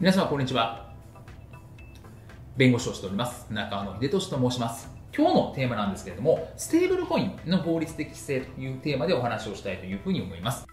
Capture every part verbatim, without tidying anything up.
皆様こんにちは。弁護士をしております中野秀俊と申します。今日のテーマなんですけれども、ステーブルコインの法律的規制というテーマでお話をしたいというふうに思います。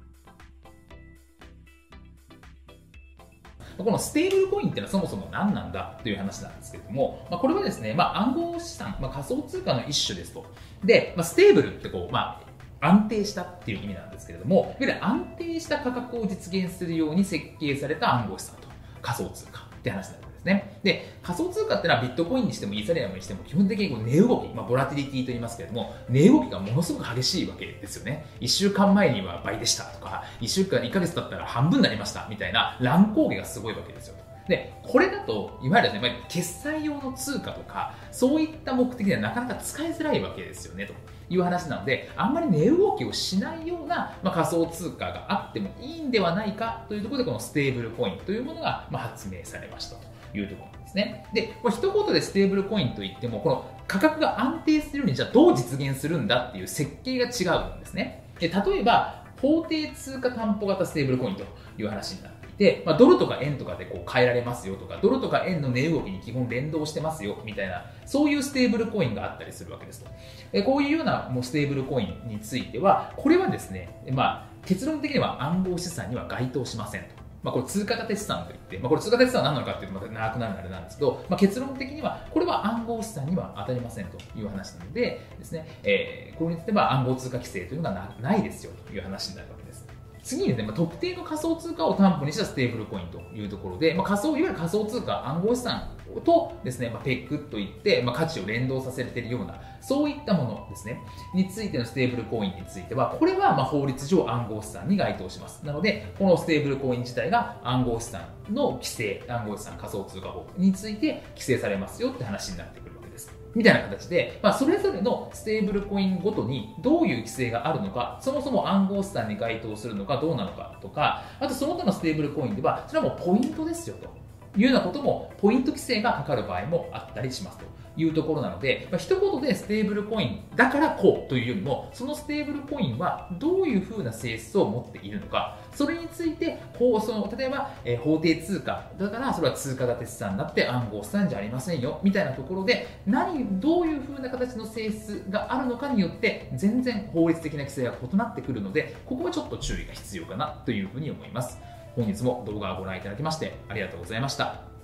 このステーブルコインっていうのはそもそも何なんだという話なんですけれども、まあ、これはですね、まあ、暗号資産、まあ、仮想通貨の一種ですと。で、まあ、ステーブルってこう、まあ、安定したっていう意味なんですけれども、いわゆる安定した価格を実現するように設計された暗号資産と仮想通貨って話なんですね。で、仮想通貨ってのはビットコインにしてもイーサリアムにしても基本的にこう値動き、まあ、ボラティリティと言いますけれども、値動きがものすごく激しいわけですよね。いっしゅうかんまえには倍でしたとか、いっしゅうかん、いっかげつ経ったら半分になりましたみたいな乱高下がすごいわけですよ。で、これだと、いわゆる、ね、決済用の通貨とか、そういった目的ではなかなか使いづらいわけですよね、という話なので、あんまり値動きをしないような、まあ、仮想通貨があってもいいんではないかというところで、このステーブルコインというものが、まあ、発明されましたというところなんですね。で、これ一言でステーブルコインといっても、この価格が安定するように、じゃあどう実現するんだっていう設計が違うんですね。で、例えば、法定通貨担保型ステーブルコインという話になって、で、まあ、ドルとか円とかでこう変えられますよとか、ドルとか円の値動きに基本連動してますよみたいな、そういうステーブルコインがあったりするわけですと。えこういうようなもうステーブルコインについては、これはですね、まあ、結論的には暗号資産には該当しませんと。まあ、これ通貨建て資産といって、まあ、これ通貨建て資産は何なのかっていうとまた長くなるのあれなんですけど、まあ、結論的にはこれは暗号資産には当たりませんという話なのでですね、えー、これについては暗号通貨規制というのが な, ないですよという話になるわけです。次にですね、まあ、特定の仮想通貨を担保にしたステーブルコインというところで、まあ、仮想いわゆる仮想通貨、暗号資産とですね、まあ、ペックといって、まあ、価値を連動させているような、そういったものですね、についてのステーブルコインについては、これはまあ法律上暗号資産に該当します。なので、このステーブルコイン自体が暗号資産の規制、暗号資産仮想通貨法について規制されますよって話になってくるわけです。みたいな形で、まあ、それぞれのステーブルコインごとにどういう規制があるのか、そもそも暗号資産に該当するのかどうなのかとか、あとその他のステーブルコインでは、それはもうポイントですよというようなことも、ポイント規制がかかる場合もあったりしますというところなので、まあ、一言でステーブルコインだからこうというよりも、そのステーブルコインはどういうふうな性質を持っているのか、それについてこうその例えば、えー、法定通貨だからそれは通貨建て資産になって暗号資産じゃありませんよみたいなところで、何どういうふうな形の性質があるのかによって全然法律的な規制が異なってくるので、ここはちょっと注意が必要かなというふうに思います。本日も動画をご覧いただきましてありがとうございました。